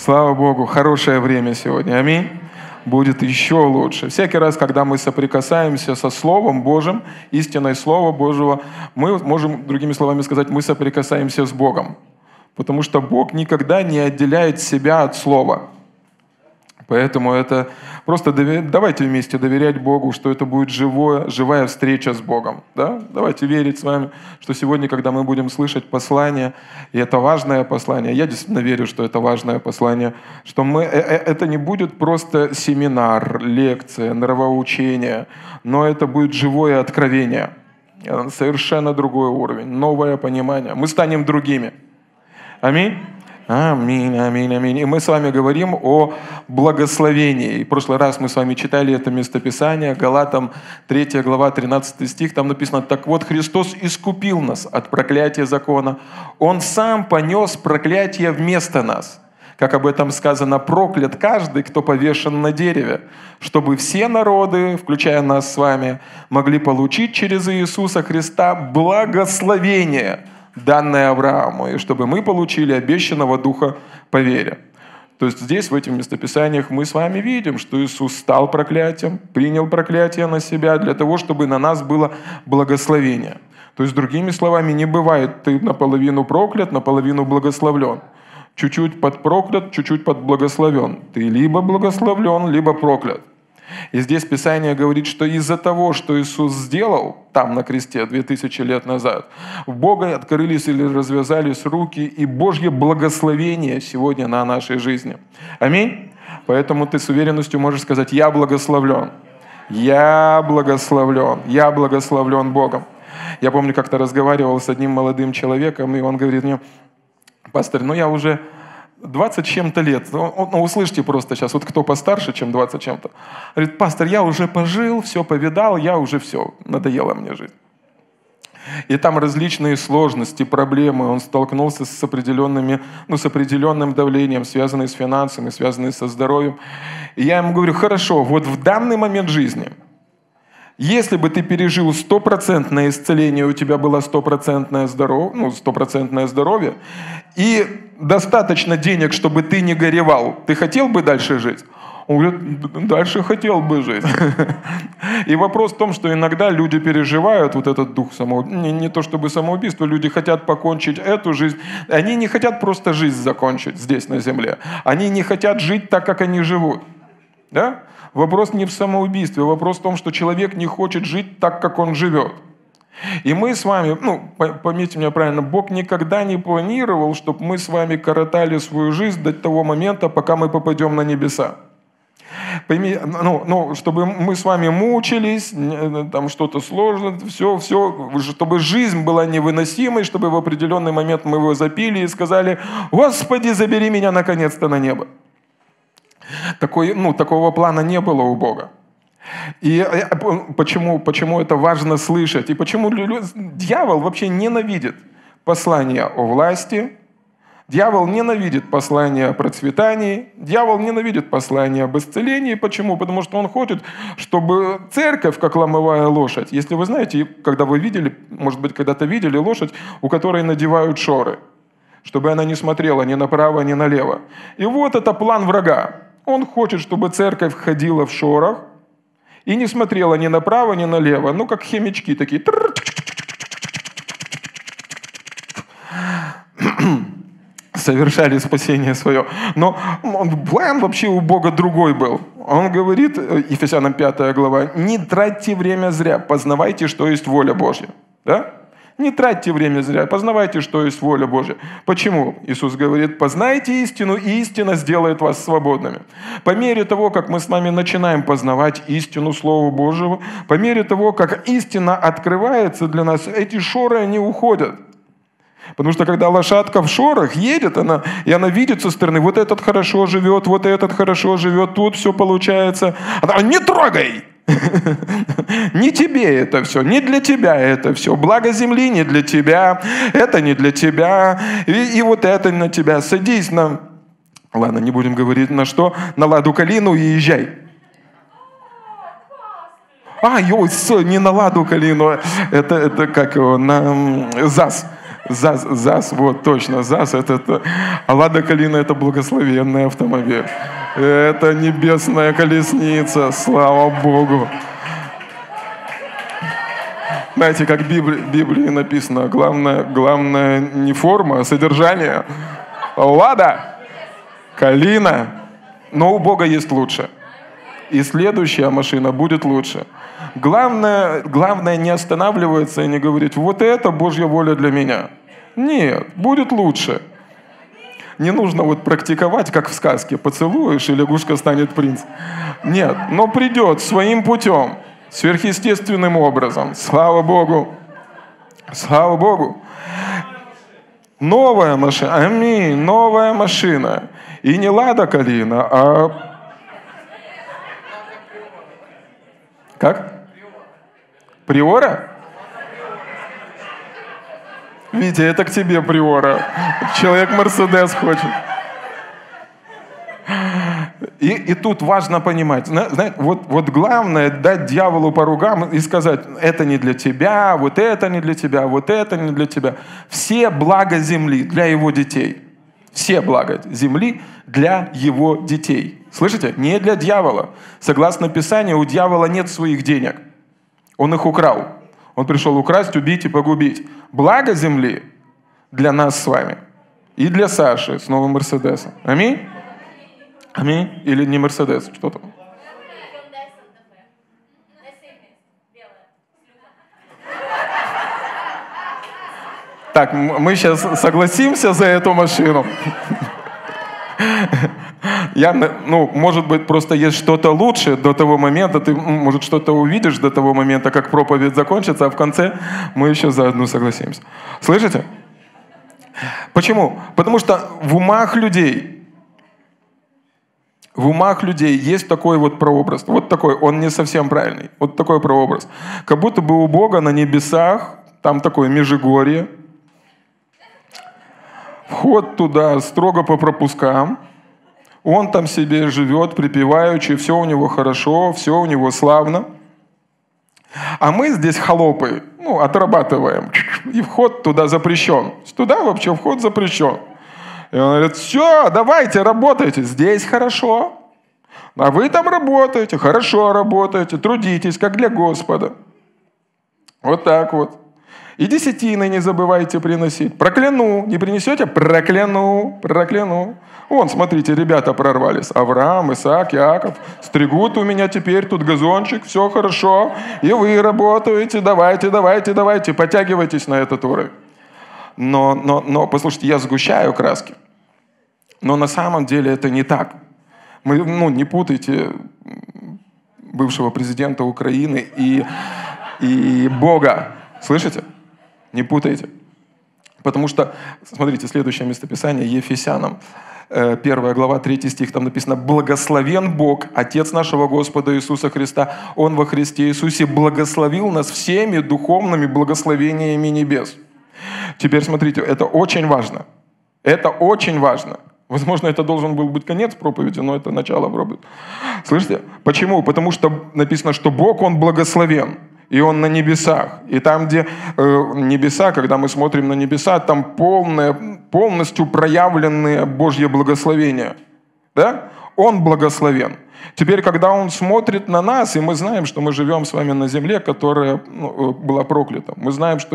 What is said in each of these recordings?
Слава Богу, хорошее время сегодня. Аминь. Будет еще лучше. Всякий раз, когда мы соприкасаемся со Словом Божьим, истиной Слова Божьего, мы можем, другими словами сказать, мы соприкасаемся с Богом. Потому что Бог никогда не отделяет себя от Слова. Поэтому это просто давайте вместе доверять Богу, что это будет живая встреча с Богом. Да? Давайте верить с вами, что сегодня, когда мы будем слышать послание, и это важное послание, я действительно верю, что это важное послание, что это не будет просто семинар, лекция, нравоучение, но это будет живое откровение, совершенно другой уровень, новое понимание. Мы станем другими. Аминь. Аминь, аминь, аминь. И мы с вами говорим о благословении. И в прошлый раз мы с вами читали это местописание, Галатам 3 глава, 13 стих. Там написано: «Так вот, Христос искупил нас от проклятия закона. Он сам понес проклятие вместо нас». Как об этом сказано: «Проклят каждый, кто повешен на дереве, чтобы все народы, включая нас с вами, могли получить через Иисуса Христа благословение, данное Аврааму, и чтобы мы получили обещанного Духа по вере». То есть здесь, в этих местописаниях, мы с вами видим, что Иисус стал проклятием, принял проклятие на себя для того, чтобы на нас было благословение. То есть, другими словами, не бывает ты наполовину проклят, наполовину благословлен. Чуть-чуть подпроклят, чуть-чуть подблагословен. Ты либо благословлен, либо проклят. И здесь Писание говорит, что из-за того, что Иисус сделал там на кресте 2000 лет назад, в Бога открылись или развязались руки, и Божье благословение сегодня на нашей жизни. Аминь. Поэтому ты с уверенностью можешь сказать: «Я благословлен». Я благословлен. Я благословлен Богом. Я помню, как-то разговаривал с одним молодым человеком, и он говорит мне: «Пастор, я уже 20 чем-то лет». Услышьте просто сейчас, вот кто постарше, чем 20 чем-то. Говорит: «Пастор, я уже пожил, все повидал, я уже все, надоело мне жить». И там различные сложности, проблемы. Он столкнулся с определенным давлением, связанным с финансами, связанным со здоровьем. И я ему говорю: хорошо, вот в данный момент жизни, если бы ты пережил 100% исцеление, у тебя было 100% здоровье, и достаточно денег, чтобы ты не горевал, ты хотел бы дальше жить? Он говорит: дальше хотел бы жить. И вопрос в том, что иногда люди переживают вот этот дух не то чтобы самоубийства, люди хотят покончить эту жизнь. Они не хотят просто жизнь закончить здесь, на земле. Они не хотят жить так, как они живут. Да? Вопрос не в самоубийстве, вопрос в том, что человек не хочет жить так, как он живет. И мы с вами, поймите меня правильно, Бог никогда не планировал, чтобы мы с вами коротали свою жизнь до того момента, пока мы попадем на небеса. Чтобы мы с вами мучились, там что-то сложно, все, чтобы жизнь была невыносимой, чтобы в определенный момент мы его запили и сказали: «Господи, забери меня наконец-то на небо». Такого плана не было у Бога. И почему это важно слышать? И почему дьявол вообще ненавидит послание о власти, дьявол ненавидит послание о процветании, дьявол ненавидит послание об исцелении. Почему? Потому что он хочет, чтобы церковь, как ломовая лошадь, если вы знаете, когда вы видели, может быть, когда-то видели лошадь, у которой надевают шоры, чтобы она не смотрела ни направо, ни налево. И вот это план врага. Он хочет, чтобы церковь ходила в шорах и не смотрела ни направо, ни налево. Как хомячки такие. Совершали спасение свое. Но план вообще у Бога другой был. Он говорит, Ефесянам 5 глава: «Не тратьте время зря, познавайте, что есть воля Божья». Да? Не тратьте время зря, познавайте, что есть воля Божья. Почему? Иисус говорит: познайте истину, и истина сделает вас свободными. По мере того, как мы с вами начинаем познавать истину Слова Божьего, по мере того, как истина открывается для нас, эти шоры, они уходят. Потому что когда лошадка в шорах едет, она видит со стороны: вот этот хорошо живет, вот этот хорошо живет, тут все получается. Она: не трогай! Не тебе это все, не для тебя это все. Благо земли не для тебя, это не для тебя, и вот это на тебя. Садись на... Ладно, не будем говорить на что. На ладу калину и езжай. Не на ладу калину, это как его, на ЗАЗ. ЗАЗ, вот точно, ЗАЗ это... А Лада Калина это благословенный автомобиль. Это небесная колесница, слава Богу. Знаете, как в Библии написано, главное не форма, а содержание. Лада, Калина, но у Бога есть лучше. И следующая машина будет лучше. Главное не останавливаться и не говорить, вот это Божья воля для меня. Нет, будет лучше. Не нужно вот практиковать, как в сказке, поцелуешь, и лягушка станет принцем. Нет, но придет своим путем, сверхъестественным образом. Слава Богу. Слава Богу. Новая машина. Аминь. Новая машина. И не Лада Калина, а... Как? Приора? Витя, это к тебе Приора. Человек Мерседес хочет. И тут важно понимать, знаете, вот главное дать дьяволу по ругам и сказать, это не для тебя, вот это не для тебя, вот это не для тебя. Все блага земли для его детей. Все блага земли для его детей. Слышите? Не для дьявола. Согласно Писанию, у дьявола нет своих денег. Он их украл. Он пришел украсть, убить и погубить. Благо земли для нас с вами. И для Саши с новым Мерседесом. Аминь? Аминь? Или не Мерседес? Что там? Так, мы сейчас согласимся за эту машину. Может быть, просто есть что-то лучше до того момента, ты, может, что-то увидишь до того момента, как проповедь закончится, а в конце мы еще за одну согласимся. Слышите? Почему? Потому что в умах людей есть такой вот прообраз. Вот такой, он не совсем правильный. Вот такой прообраз. Как будто бы у Бога на небесах, там такое межигорье, вход туда строго по пропускам. Он там себе живет, припеваючи, все у него хорошо, все у него славно. А мы здесь холопы, отрабатываем. И вход туда запрещен. Туда вообще вход запрещен. И он говорит, все, давайте, работайте. Здесь хорошо. А вы там работаете, хорошо работаете, трудитесь, как для Господа. Вот так вот. И десятины не забывайте приносить. Прокляну. Не принесете? Прокляну. Прокляну. Вон, смотрите, ребята прорвались. Авраам, Исаак, Иаков. Стригут у меня теперь тут газончик. Все хорошо. И вы работаете. Давайте. Подтягивайтесь на этот уровень. Но, послушайте, я сгущаю краски. Но на самом деле это не так. Не путайте бывшего президента Украины и Бога. Слышите? Не путайте. Потому что, смотрите, следующее местописание, Ефесянам, 1 глава, 3 стих, там написано: «Благословен Бог, Отец нашего Господа Иисуса Христа, Он во Христе Иисусе благословил нас всеми духовными благословениями небес». Теперь смотрите, это очень важно. Это очень важно. Возможно, это должен был быть конец проповеди, но это начало проповеди. Слышите? Почему? Потому что написано, что Бог, Он благословен. И Он на небесах. И там, где небеса, когда мы смотрим на небеса, там полностью проявленные Божье благословение. Да? Он благословен. Теперь, когда Он смотрит на нас, и мы знаем, что мы живем с вами на земле, которая была проклята. Мы знаем, что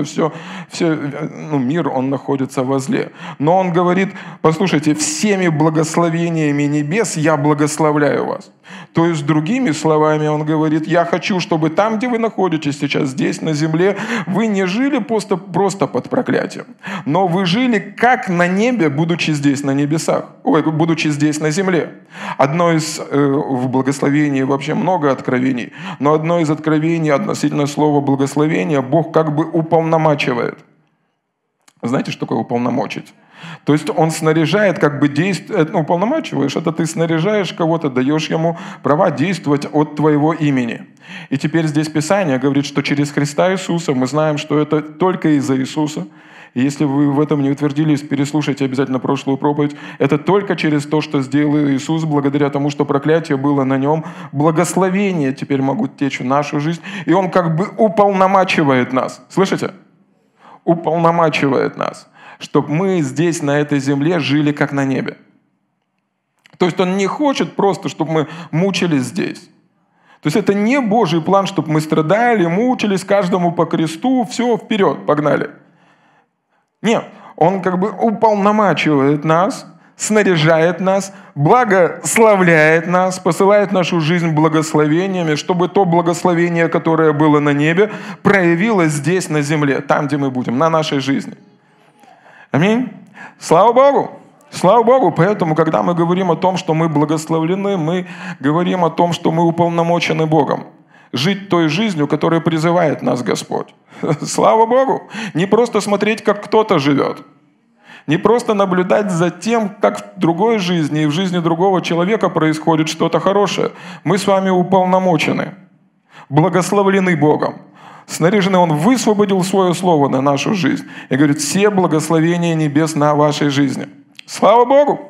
мир, он находится возле. Но Он говорит: послушайте, всеми благословениями небес я благословляю вас. То есть, другими словами, Он говорит: я хочу, чтобы там, где вы находитесь сейчас, здесь, на земле, вы не жили просто под проклятием, но вы жили как на небе, будучи здесь на небесах, будучи здесь на земле. Одно из в благословении вообще много откровений, но одно из откровений относительно слова благословения Бог как бы уполномачивает. Знаете, что такое уполномочить? То есть Он снаряжает, как бы действует, уполномачиваешь, это ты снаряжаешь кого-то, даешь ему права действовать от твоего имени. И теперь здесь Писание говорит, что через Христа Иисуса мы знаем, что это только из-за Иисуса. И если вы в этом не утвердились, переслушайте обязательно прошлую проповедь. Это только через то, что сделал Иисус, благодаря тому, что проклятие было на Нем. Благословения теперь могут течь в нашу жизнь. И Он как бы уполномачивает нас. Слышите? уполномачивает нас, чтобы мы здесь, на этой земле, жили как на небе. То есть Он не хочет просто, чтобы мы мучились здесь. То есть это не Божий план, чтобы мы страдали, мучились, каждому по кресту, все, вперед, погнали. Нет, Он как бы уполномачивает нас, снаряжает нас, благословляет нас, посылает в нашу жизнь благословениями, чтобы то благословение, которое было на небе, проявилось здесь, на земле, там, где мы будем, на нашей жизни. Аминь. Слава Богу! Слава Богу! Поэтому, когда мы говорим о том, что мы благословлены, мы говорим о том, что мы уполномочены Богом. Жить той жизнью, которая призывает нас Господь. Слава Богу! Не просто смотреть, как кто-то живет. Не просто наблюдать за тем, как в другой жизни и в жизни другого человека происходит что-то хорошее. Мы с вами уполномочены, благословлены Богом. Снаряжены, Он высвободил Свое Слово на нашу жизнь. И говорит, все благословения небес на вашей жизни. Слава Богу!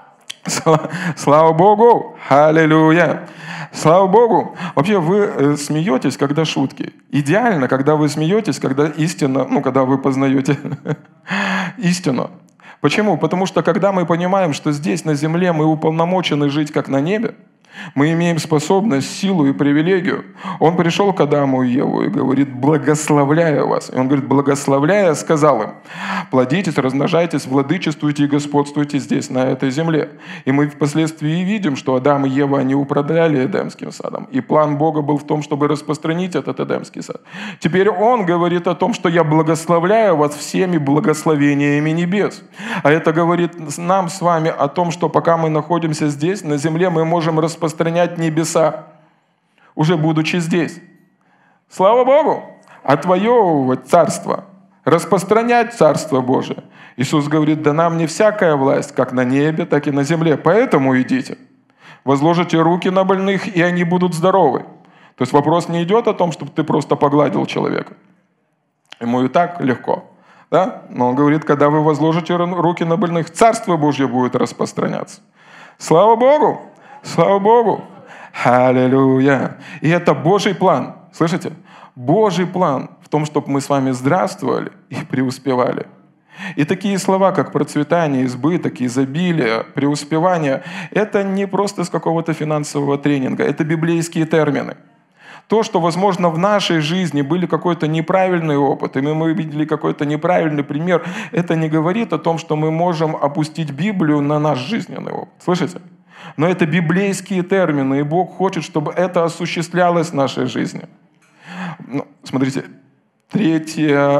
Слава Богу! Аллилуйя! Слава Богу! Вообще вы смеетесь, когда шутки. Идеально, когда вы смеетесь, когда истина, когда вы познаете истину. Почему? Потому что когда мы понимаем, что здесь на земле мы уполномочены жить как на небе, мы имеем способность, силу и привилегию. Он пришел к Адаму и Еву и говорит, благословляю вас. И он говорит, благословляя, сказал им, плодитесь, размножайтесь, владычествуйте и господствуйте здесь, на этой земле. И мы впоследствии видим, что Адам и Ева, они управляли Эдемским садом. И план Бога был в том, чтобы распространить этот Эдемский сад. Теперь он говорит о том, что я благословляю вас всеми благословениями небес. А это говорит нам с вами о том, что пока мы находимся здесь, на земле, мы можем распространять небеса, уже будучи здесь. Слава Богу! Отвоевывать царство, распространять Царство Божие. Иисус говорит, дана мне всякая власть, как на небе, так и на земле. Поэтому идите, возложите руки на больных, и они будут здоровы. То есть вопрос не идет о том, чтобы ты просто погладил человека. Ему и так легко. Да? Но он говорит, когда вы возложите руки на больных, Царство Божье будет распространяться. Слава Богу! Слава Богу! Аллилуйя! И это Божий план. Слышите? Божий план в том, чтобы мы с вами здравствовали и преуспевали. И такие слова, как процветание, избыток, изобилие, преуспевание, это не просто с какого-то финансового тренинга, это библейские термины. То, что, возможно, в нашей жизни были какой-то неправильный опыт, и мы видели какой-то неправильный пример, это не говорит о том, что мы можем опустить Библию на наш жизненный опыт. Слышите? Но это библейские термины, и Бог хочет, чтобы это осуществлялось в нашей жизни. Смотрите, третье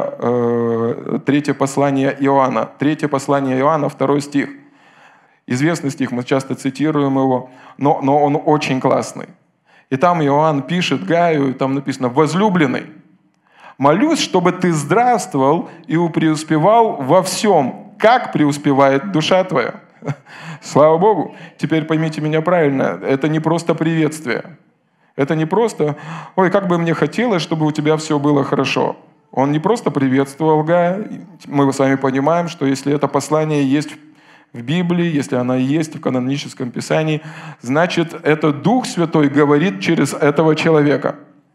послание Иоанна. Третье послание Иоанна, 2 стих. Известный стих, мы часто цитируем его, но он очень классный. И там Иоанн пишет Гаю, и там написано «Возлюбленный, молюсь, чтобы ты здравствовал и преуспевал во всем, как преуспевает душа твоя». Слава Богу! Теперь поймите меня правильно, это не просто приветствие. Это не просто «Ой, как бы мне хотелось, чтобы у тебя все было хорошо». Он не просто приветствовал Гая. Мы с вами понимаем, что если это послание есть в Библии, если она есть в каноническом Писании, значит, это Дух Святой говорит через этого человека.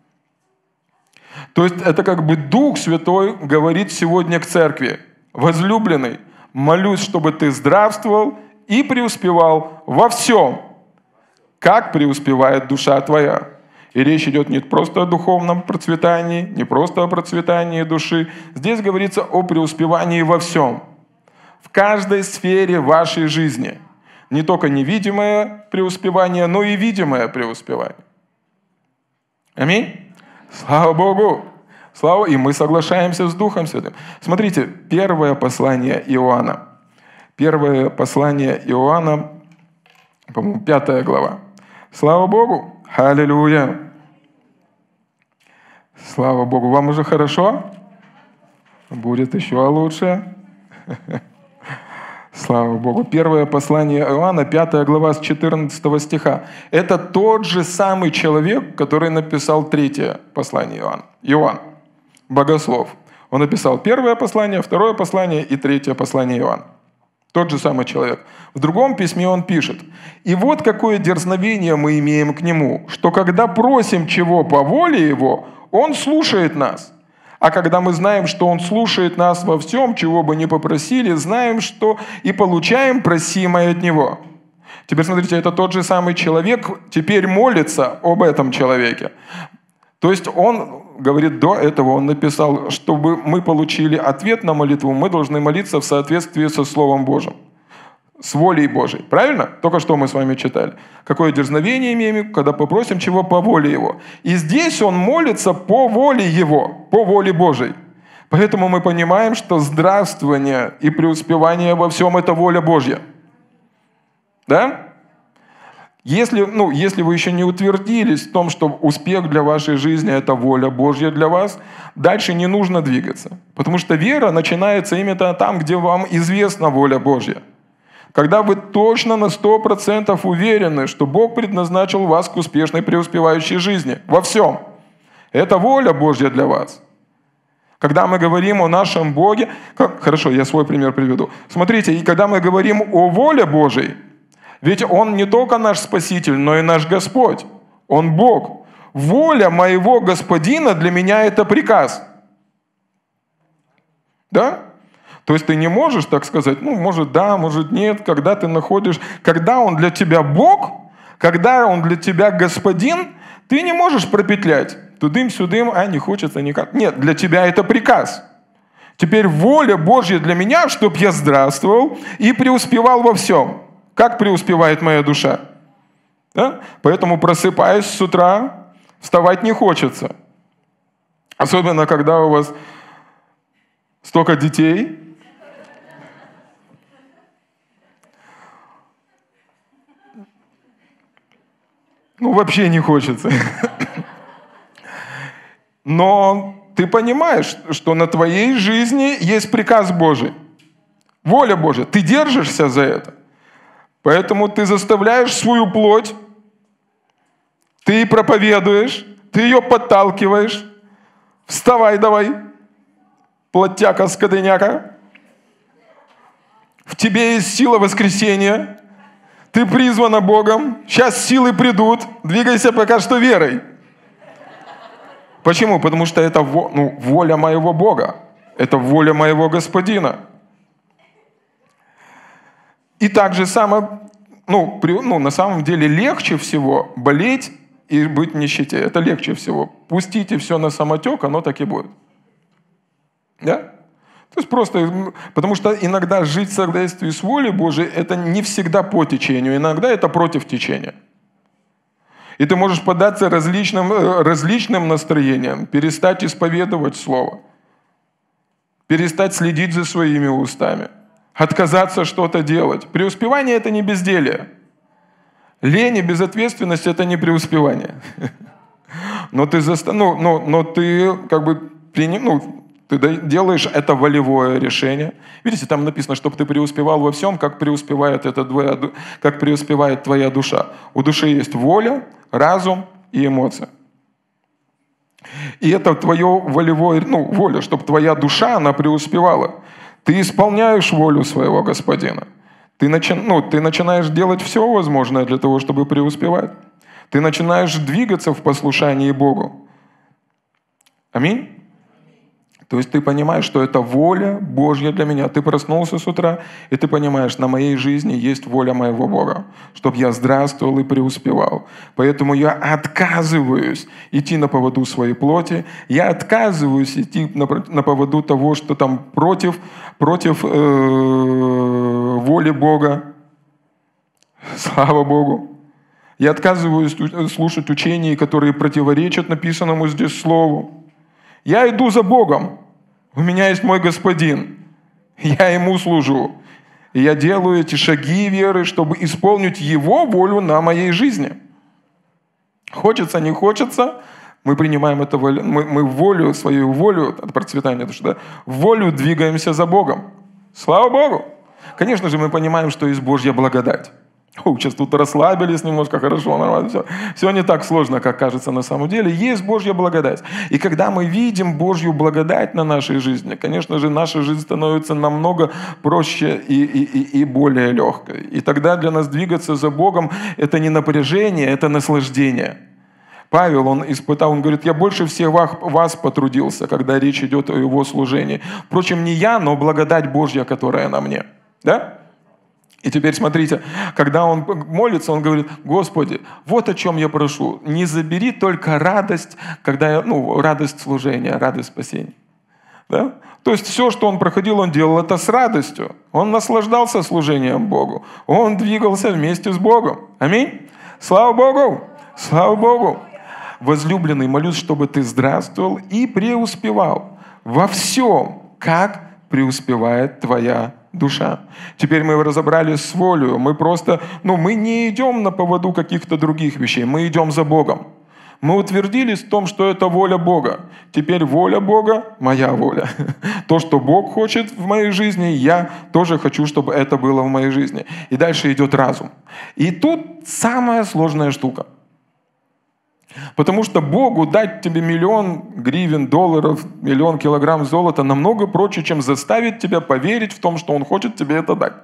То есть это как бы Дух Святой говорит сегодня к церкви. «Возлюбленный, молюсь, чтобы ты здравствовал и преуспевал во всем, как преуспевает душа твоя». И речь идет не просто о духовном процветании, не просто о процветании души. Здесь говорится о преуспевании во всем, в каждой сфере вашей жизни. Не только невидимое преуспевание, но и видимое преуспевание. Аминь? Слава Богу! Слава! И мы соглашаемся с Духом Святым. Смотрите, первое послание Иоанна. Первое послание Иоанна, по-моему, 5 глава. Слава Богу! Аллилуйя! Слава Богу! Вам уже хорошо? Будет еще лучше. Слава Богу. Первое послание Иоанна, 5 глава с 14 стиха. Это тот же самый человек, который написал 3 послание Иоанна. Иоанн, богослов. Он написал 1 послание, 2 послание и 3 послание Иоанна. Тот же самый человек. В другом письме он пишет: «И вот какое дерзновение мы имеем к Нему, что когда просим чего по воле Его, Он слушает нас. А когда мы знаем, что Он слушает нас во всем, чего бы ни попросили, знаем, что и получаем просимое от Него. Теперь смотрите, это тот же самый человек теперь молится об этом человеке. То есть он говорит, до этого он написал, чтобы мы получили ответ на молитву, мы должны молиться в соответствии со Словом Божьим, с волей Божией. Правильно? Только что мы с вами читали. Какое дерзновение имеем, когда попросим чего по воле Его. И здесь он молится по воле Его, по воле Божией. Поэтому мы понимаем, что здравствование и преуспевание во всем – это воля Божья. Да? Если вы еще не утвердились в том, что успех для вашей жизни – это воля Божья для вас, дальше не нужно двигаться. Потому что вера начинается именно там, где вам известна воля Божья. Когда вы точно на 100% уверены, что Бог предназначил вас к успешной преуспевающей жизни. Во всем. Это воля Божья для вас. Когда мы говорим о нашем Боге... Хорошо, я свой пример приведу. Смотрите, и когда мы говорим о воле Божьей, ведь Он не только наш Спаситель, но и наш Господь. Он Бог. Воля моего Господина для меня – это приказ. Да? То есть ты не можешь так сказать, может да, может нет, когда ты находишь... Когда Он для тебя Бог, когда Он для тебя Господин, ты не можешь пропетлять. Тудым-сюдым, не хочется никак. Нет, для тебя это приказ. Теперь воля Божья для меня, чтобы я здравствовал и преуспевал во всем. Как преуспевает моя душа? Да? Поэтому, просыпаясь с утра, вставать не хочется. Особенно, когда у вас столько детей. Вообще не хочется. Но ты понимаешь, что на твоей жизни есть приказ Божий. Воля Божья. Ты держишься за это. Поэтому ты заставляешь свою плоть, ты проповедуешь, ты ее подталкиваешь. Вставай давай, плотяка-скотыняка. В тебе есть сила воскресения. Ты призвана Богом. Сейчас силы придут. Двигайся пока что верой. Почему? Потому что это воля моего Бога. Это воля моего Господина. И так же само, на самом деле легче всего болеть и быть в нищете. Это легче всего. Пустите все на самотек, оно так и будет. Да? То есть просто, потому что иногда жить в соответствии с волей Божией, это не всегда по течению, иногда это против течения. И ты можешь поддаться различным настроениям, перестать исповедовать Слово, перестать следить за своими устами, отказаться что-то делать. Преуспевание – это не безделие. Лень и безответственность – это не преуспевание. Но ты ты делаешь это волевое решение. Видите, там написано, чтобы ты преуспевал во всем, как преуспевает твоя душа. У души есть воля, разум и эмоции. И это твое волевое, воля, чтобы твоя душа, она преуспевала. Ты исполняешь волю своего Господина. Ты начинаешь делать все возможное для того, чтобы преуспевать. Ты начинаешь двигаться в послушании Богу. Аминь. То есть ты понимаешь, что это воля Божья для меня. Ты проснулся с утра, и ты понимаешь, на моей жизни есть воля моего Бога, чтобы я здравствовал и преуспевал. Поэтому я отказываюсь идти на поводу своей плоти, я отказываюсь идти на поводу того, что там против воли Бога. Слава Богу. Я отказываюсь слушать учения, которые противоречат написанному здесь Слову. Я иду за Богом. У меня есть мой Господин. Я Ему служу. И я делаю эти шаги веры, чтобы исполнить Его волю на моей жизни. Хочется, не хочется, мы принимаем это, мы волю, свою волю от процветания души, да, волю двигаемся за Богом. Слава Богу! Конечно же, мы понимаем, что есть Божья благодать. Сейчас тут расслабились немножко, хорошо, нормально, все. Все не так сложно, как кажется на самом деле. Есть Божья благодать. И когда мы видим Божью благодать на нашей жизни, конечно же, наша жизнь становится намного проще и более легкой. И тогда для нас двигаться за Богом – это не напряжение, это наслаждение. Павел, он испытал, он говорит, я больше всех вас потрудился, когда речь идет о его служении. Впрочем, не я, но благодать Божья, которая на мне. Да? И теперь смотрите, когда он молится, он говорит, Господи, вот о чем я прошу, не забери только радость, радость служения, радость спасения. Да? То есть все, что он проходил, он делал это с радостью. Он наслаждался служением Богу. Он двигался вместе с Богом. Аминь. Слава Богу! Слава Богу! Возлюбленный, молюсь, чтобы ты здравствовал и преуспевал во всем, как преуспевает твоя душа. Теперь мы разобрались с волею. Мы мы не идем на поводу каких-то других вещей. Мы идем за Богом. Мы утвердились в том, что это воля Бога. Теперь воля Бога – моя воля. То, что Бог хочет в моей жизни, я тоже хочу, чтобы это было в моей жизни. И дальше идет разум. И тут самая сложная штука. Потому что Богу дать тебе 1 000 000 гривен, долларов, 1 000 000 килограмм золота намного проще, чем заставить тебя поверить в том, что Он хочет тебе это дать.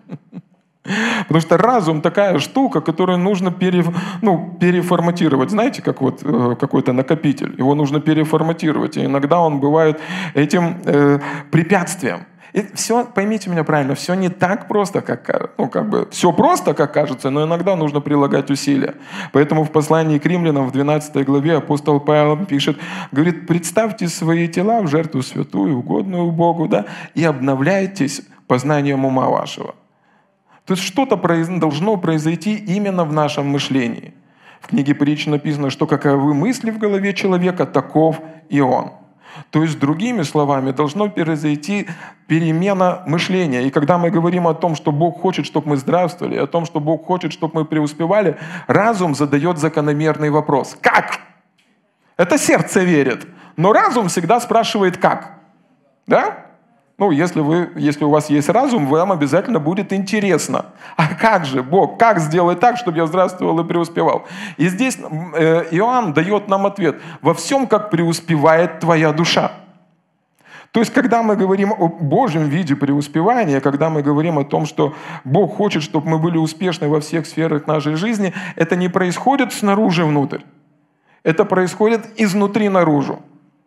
Потому что разум такая штука, которую нужно переформатировать. Знаете, как какой-то накопитель. Его нужно переформатировать. И иногда он бывает этим препятствием. И все, поймите меня правильно, все не так просто, все просто, как кажется, но иногда нужно прилагать усилия. Поэтому в послании к римлянам в 12 главе апостол Павел пишет, говорит, представьте свои тела в жертву святую, угодную Богу, да, и обновляйтесь познанием ума вашего. То есть что-то должно произойти именно в нашем мышлении. В книге Притч написано, что каковы мысли в голове человека, таков и он. То есть, другими словами, должно произойти перемена мышления. И когда мы говорим о том, что Бог хочет, чтобы мы здравствовали, о том, что Бог хочет, чтобы мы преуспевали, разум задает закономерный вопрос. Как? Это сердце верит. Но разум всегда спрашивает «как?». Да? Если у вас есть разум, вам обязательно будет интересно. А как же, Бог, как сделать так, чтобы я здравствовал и преуспевал? И здесь Иоанн дает нам ответ. Во всем, как преуспевает твоя душа. То есть, когда мы говорим о Божьем виде преуспевания, когда мы говорим о том, что Бог хочет, чтобы мы были успешны во всех сферах нашей жизни, это не происходит снаружи внутрь. Это происходит изнутри наружу.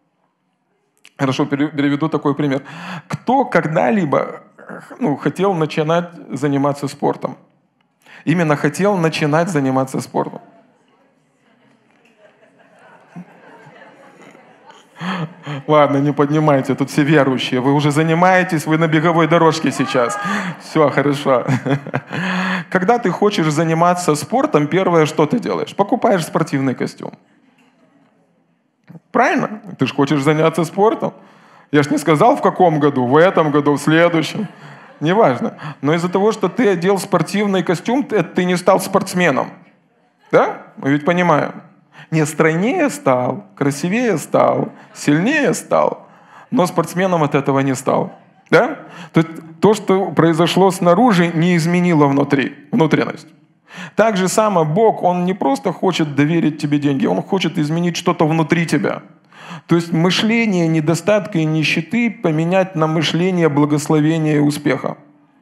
Хорошо, переведу такой пример. Кто когда-либо хотел начинать заниматься спортом? Именно хотел начинать заниматься спортом. Ладно, не поднимайте, тут все верующие. Вы уже занимаетесь, вы на беговой дорожке сейчас. Все, хорошо. Когда ты хочешь заниматься спортом, первое, что ты делаешь? Покупаешь спортивный костюм. Правильно? Ты же хочешь заняться спортом. Я же не сказал, в каком году, в этом году, в следующем. Неважно. Но из-за того, что ты одел спортивный костюм, ты не стал спортсменом. Да? Мы ведь понимаем. Не стройнее стал, красивее стал, сильнее стал, но спортсменом от этого не стал. Да? То, что произошло снаружи, не изменило внутренность. Так же само Бог, Он не просто хочет доверить тебе деньги, Он хочет изменить что-то внутри тебя. То есть мышление недостатка и нищеты поменять на мышление благословения и успеха.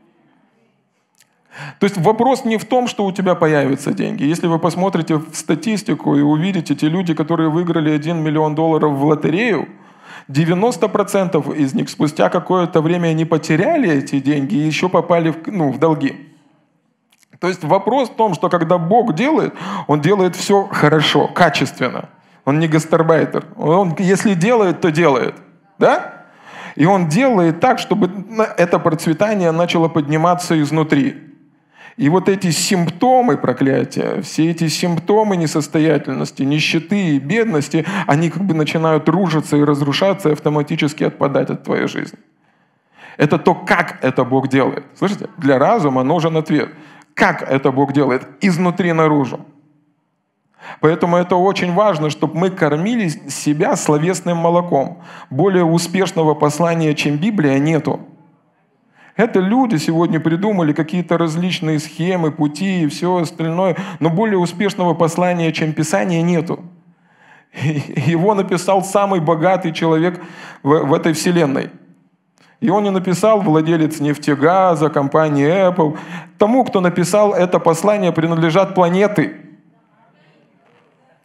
То есть вопрос не в том, что у тебя появятся деньги. Если вы посмотрите в статистику и увидите те люди, которые выиграли $1 миллион в лотерею, 90% из них спустя какое-то время они потеряли эти деньги и еще попали в долги. То есть вопрос в том, что когда Бог делает, Он делает все хорошо, качественно. Он не гастарбайтер. Он, если делает, то делает. Да? И Он делает так, чтобы это процветание начало подниматься изнутри. И вот эти симптомы проклятия, все эти симптомы несостоятельности, нищеты и бедности, они начинают рушиться и разрушаться и автоматически отпадать от твоей жизни. Это то, как это Бог делает. Слышите? Для разума нужен ответ. Как это Бог делает? Изнутри наружу. Поэтому это очень важно, чтобы мы кормили себя словесным молоком. Более успешного послания, чем Библия, нету. Это люди сегодня придумали какие-то различные схемы, пути и все остальное, но более успешного послания, чем Писание, нету. Его написал самый богатый человек в этой вселенной. И он не написал владелец нефтегаза, компании Apple. Тому, кто написал это послание, принадлежат планеты.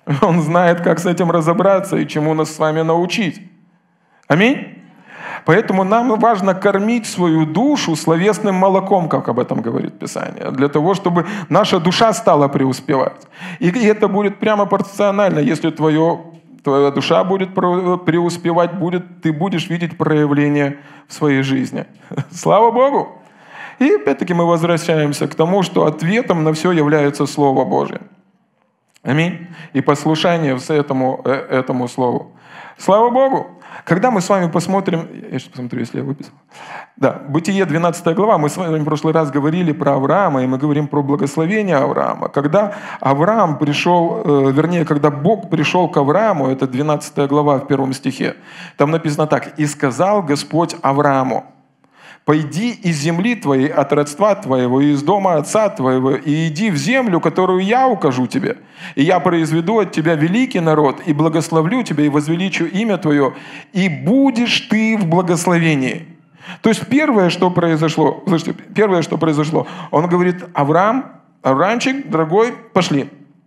Он знает, как с этим разобраться и чему нас с вами научить. Аминь. Поэтому нам важно кормить свою душу словесным молоком, как об этом говорит Писание, для того, чтобы наша душа стала преуспевать. И это будет прямо пропорционально. Если твоя душа будет преуспевать, ты будешь видеть проявление в своей жизни. Слава Богу! И опять-таки мы возвращаемся к тому, что ответом на все является Слово Божие. Аминь. И послушание этому Слову. Слава Богу! Когда мы с вами посмотрим, я сейчас посмотрю, если я выписал. Да, Бытие 12 глава, мы с вами в прошлый раз говорили про Авраама, и мы говорим про благословение Авраама. Когда Авраам пришел, когда Бог пришел к Аврааму, это 12 глава в 1 стихе, там написано так: «И сказал Господь Аврааму: пойди из земли твоей, от родства твоего, и из дома отца твоего, и иди в землю, которую я укажу тебе. И я произведу от тебя великий народ, и благословлю тебя, и возвеличу имя твое, и будешь ты в благословении». То есть первое, что произошло, он говорит: Авраамчик, дорогой, пошли.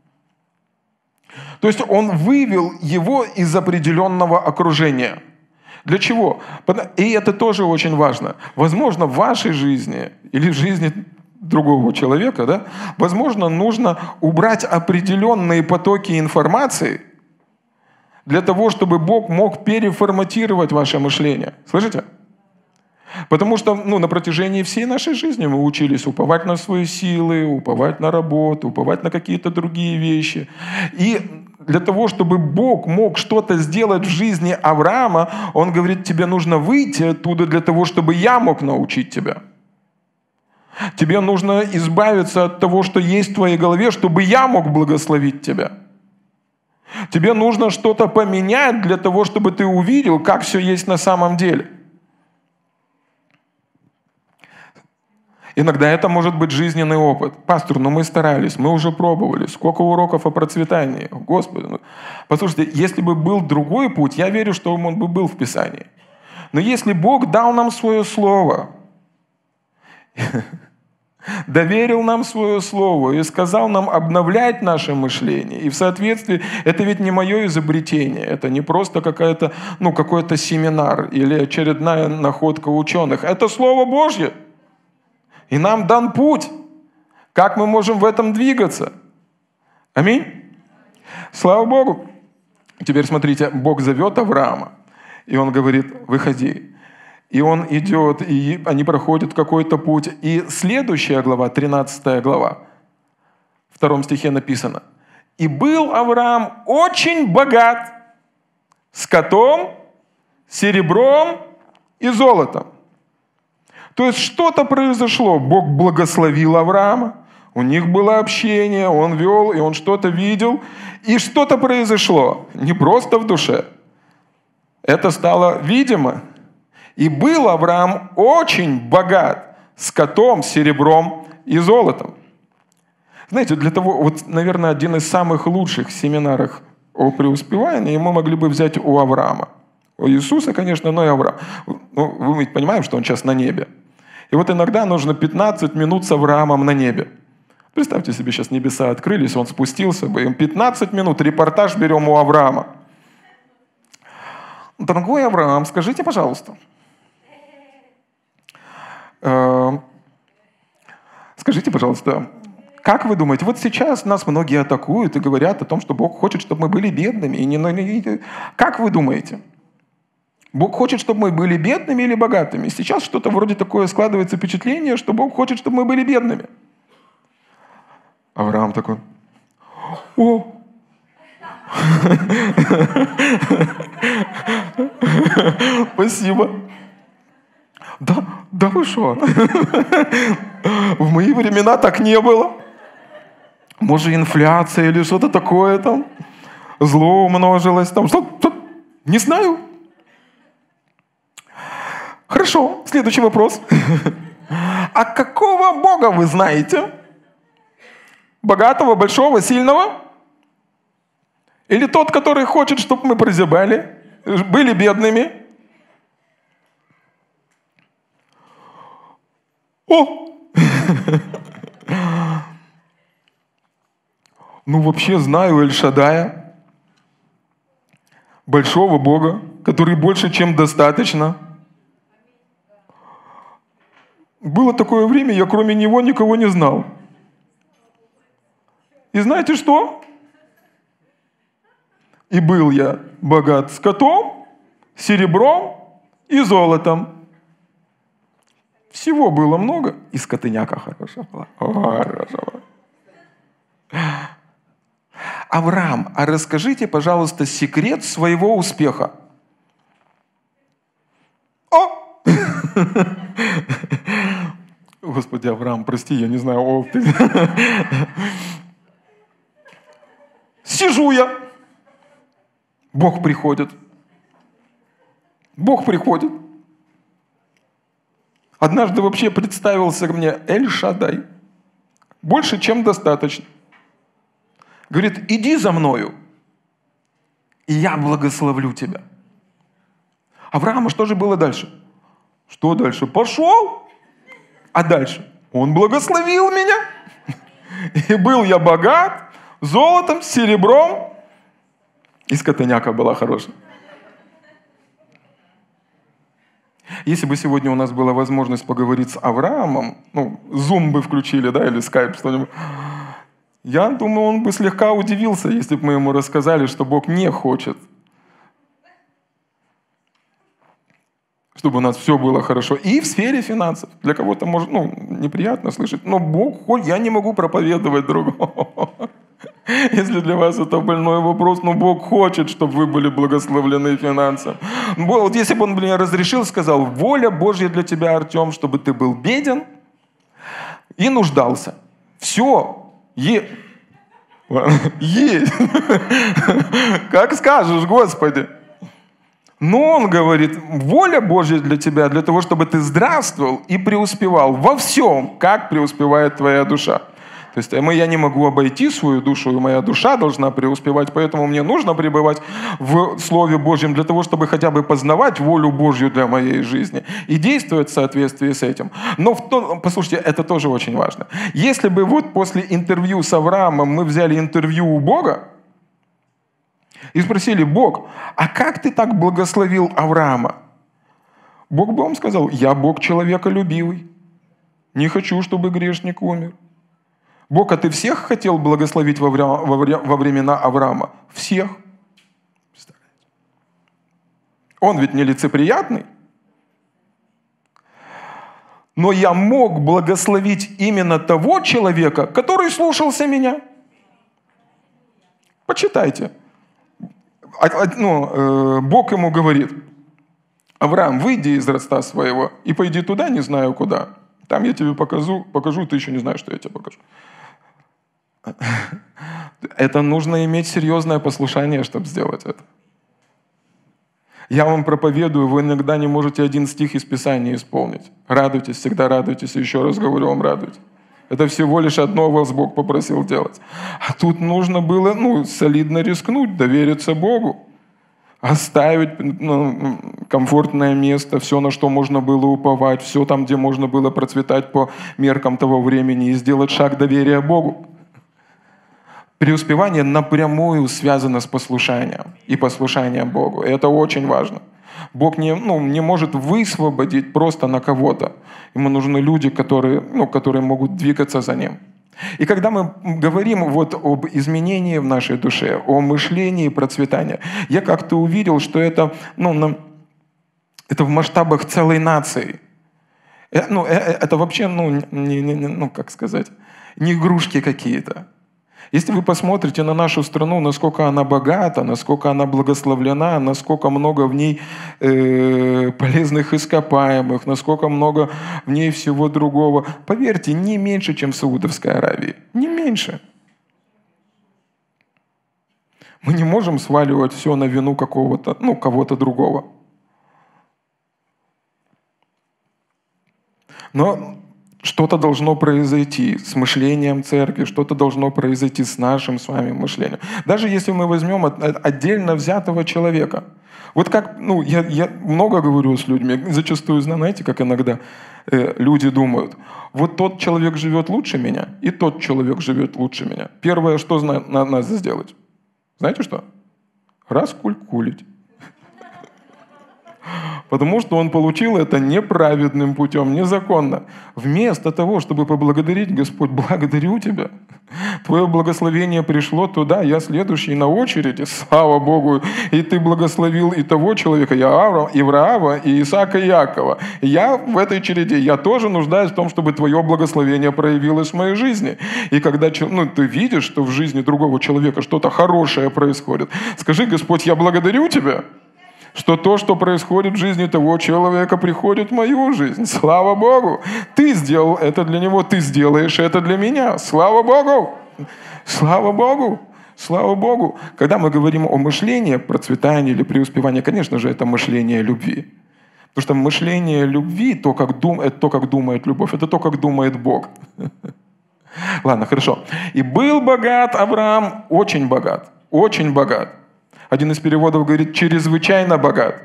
То есть он вывел его из определенного окружения. Для чего? И это тоже очень важно. Возможно, в вашей жизни или в жизни другого человека, да, возможно, нужно убрать определенные потоки информации для того, чтобы Бог мог переформатировать ваше мышление. Слышите? Потому что на протяжении всей нашей жизни мы учились уповать на свои силы, уповать на работу, уповать на какие-то другие вещи. И для того, чтобы Бог мог что-то сделать в жизни Авраама, Он говорит: тебе нужно выйти оттуда для того, чтобы я мог научить тебя. Тебе нужно избавиться от того, что есть в твоей голове, чтобы я мог благословить тебя. Тебе нужно что-то поменять для того, чтобы ты увидел, как все есть на самом деле. Иногда это может быть жизненный опыт. Пастор, мы старались, мы уже пробовали. Сколько уроков о процветании. Господи. Послушайте, если бы был другой путь, я верю, что он бы был в Писании. Но если Бог дал нам свое слово, доверил нам свое слово и сказал нам обновлять наше мышление, и в соответствии, это ведь не мое изобретение, это не просто какой-то семинар или очередная находка ученых. Это Слово Божье. И нам дан путь, как мы можем в этом двигаться. Аминь. Слава Богу. Теперь смотрите, Бог зовет Авраама, и Он говорит: выходи. И он идет, и они проходят какой-то путь. И следующая глава, 13 глава, в 2 стихе написано: «И был Авраам очень богат скотом, серебром и золотом». То есть что-то произошло. Бог благословил Авраама, у них было общение, он вел, и он что-то видел. И что-то произошло. Не просто в душе. Это стало видимо. И был Авраам очень богат скотом, серебром и золотом. Знаете, наверное, один из самых лучших семинаров о преуспевании мы могли бы взять у Авраама. У Иисуса, конечно, но и Авраам. Мы ведь понимаем, что он сейчас на небе. И иногда нужно 15 минут с Авраамом на небе. Представьте себе, сейчас небеса открылись, он спустился бы, 15 минут репортаж берем у Авраама. Дорогой Авраам, скажите, пожалуйста, как вы думаете, сейчас нас многие атакуют и говорят о том, что Бог хочет, чтобы мы были бедными. Как вы думаете? Бог хочет, чтобы мы были бедными или богатыми? Сейчас что-то вроде такое складывается впечатление, что Бог хочет, чтобы мы были бедными. Авраам такой: о! Спасибо. Да вы что? В мои времена так не было. Может, инфляция или что-то такое там? Зло умножилось там? Что? Не знаю. Хорошо, следующий вопрос. А какого Бога вы знаете? Богатого, большого, сильного? Или тот, который хочет, чтобы мы прозябали, были бедными? О! Вообще знаю Эль-Шадая. большого Бога, который больше, чем достаточно. Было такое время, я кроме Него никого не знал. И знаете что? И был я богат скотом, серебром и золотом. Всего было много, и скотыняка хорошая была. Хорошая была. Авраам, а расскажите, пожалуйста, секрет своего успеха. О! Господи, Авраам, прости, я не знаю. Сижу я. Бог приходит. Бог приходит. Однажды вообще представился мне Эль-Шадай. Больше, чем достаточно. Говорит, иди за мною, и я благословлю тебя. Авраам, а что же было дальше? Что дальше? Пошел. А дальше? Он благословил меня. И был я богат золотом, серебром. И скотыняка была хорошая. Если бы сегодня у нас была возможность поговорить с Авраамом, Zoom бы включили, да, или Skype, что-нибудь, я думаю, он бы слегка удивился, если бы мы ему рассказали, что Бог не хочет, чтобы у нас все было хорошо. И в сфере финансов. Для кого-то, может, неприятно слышать, но Бог хочет, я не могу проповедовать другого. Если для вас это больной вопрос, но Бог хочет, чтобы вы были благословлены финансами. Вот если бы Он мне разрешил, сказал, воля Божья для тебя, Артем, чтобы ты был беден и нуждался. Все. Есть. Как скажешь, Господи. Но Он говорит, воля Божья для тебя, для того, чтобы ты здравствовал и преуспевал во всем, как преуспевает твоя душа. То есть я не могу обойти свою душу, и моя душа должна преуспевать, поэтому мне нужно пребывать в Слове Божьем для того, чтобы хотя бы познавать волю Божью для моей жизни и действовать в соответствии с этим. Но, послушайте, это тоже очень важно. Если бы вот после интервью с Авраамом мы взяли интервью у Бога и спросили, Бог, а как ты так благословил Авраама? Бог бы вам сказал, я Бог человеколюбивый, не хочу, чтобы грешник умер. Бог, а ты всех хотел благословить во времена Авраама? Всех. Он ведь нелицеприятный. Но я мог благословить именно того человека, который слушался меня. Почитайте. Бог ему говорит, Авраам, выйди из родства своего и пойди туда, не знаю куда. Там я тебе покажу, ты еще не знаешь, что я тебе покажу. Это нужно иметь серьезное послушание, чтобы сделать это. Я вам проповедую, вы иногда не можете один стих из Писания исполнить. Радуйтесь, всегда радуйтесь, и еще раз говорю вам, радуйтесь. Это всего лишь одно вас Бог попросил делать. А тут нужно было, солидно рискнуть, довериться Богу. Оставить комфортное место, все, на что можно было уповать, все там, где можно было процветать по меркам того времени, и сделать шаг доверия Богу. Преуспевание напрямую связано с послушанием и послушанием Богу. И это очень важно. Бог не может высвободить просто на кого-то. Ему нужны люди, которые могут двигаться за Ним. И когда мы говорим об изменении в нашей душе, о мышлении процветания, я как-то увидел, что это в масштабах целой нации. Это вообще, не игрушки какие-то. Если вы посмотрите на нашу страну, насколько она богата, насколько она благословлена, насколько много в ней полезных ископаемых, насколько много в ней всего другого, поверьте, не меньше, чем в Саудовской Аравии. Не меньше. Мы не можем сваливать все на вину кого-то другого. Но что-то должно произойти с мышлением церкви, что-то должно произойти с нашим с вами мышлением. Даже если мы возьмем отдельно взятого человека. Вот как, я много говорю с людьми, зачастую, знаете, как иногда люди думают, вот тот человек живет лучше меня, и тот человек живет лучше меня. Первое, что надо сделать? Знаете что? Раскулькулить. Потому что он получил это неправедным путем, незаконно. Вместо того, чтобы поблагодарить: Господь, благодарю Тебя. Твое благословение пришло туда, я следующий на очереди, слава Богу. И Ты благословил и того человека, и Авраама, и Исаака, и Якова. И я в этой череде, я тоже нуждаюсь в том, чтобы Твое благословение проявилось в моей жизни. И когда ты видишь, что в жизни другого человека что-то хорошее происходит, скажи: Господь, я благодарю Тебя, что то, что происходит в жизни того человека, приходит в мою жизнь. Слава Богу! Ты сделал это для него, ты сделаешь это для меня. Слава Богу! Слава Богу! Слава Богу! Когда мы говорим о мышлении, процветании или преуспевании, конечно же, это мышление любви. Потому что мышление любви, это то, как думает любовь, это то, как думает Бог. Ладно, хорошо. «И был богат Авраам, очень богат, очень богат». Один из переводов говорит «чрезвычайно богат».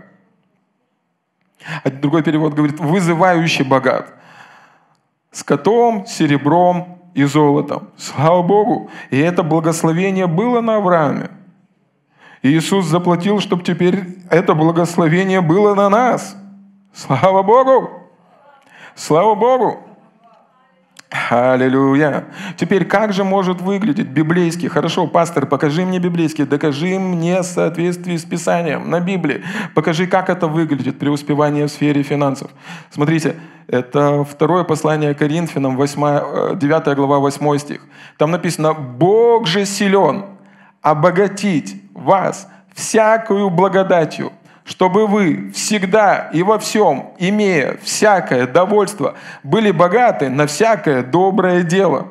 А другой перевод говорит «вызывающе богат». Скотом, серебром и золотом. Слава Богу! И это благословение было на Аврааме. И Иисус заплатил, чтобы теперь это благословение было на нас. Слава Богу! Слава Богу! Аллилуйя! Теперь как же может выглядеть библейский? Хорошо, пастор, покажи мне библейский, докажи мне в соответствии с Писанием на Библии. Покажи, как это выглядит, преуспевание в сфере финансов. Смотрите, это второе послание Коринфянам, 9 глава, 8 стих. Там написано: «Бог же силен обогатить вас всякою благодатью, чтобы вы всегда и во всем, имея всякое довольство, были богаты на всякое доброе дело».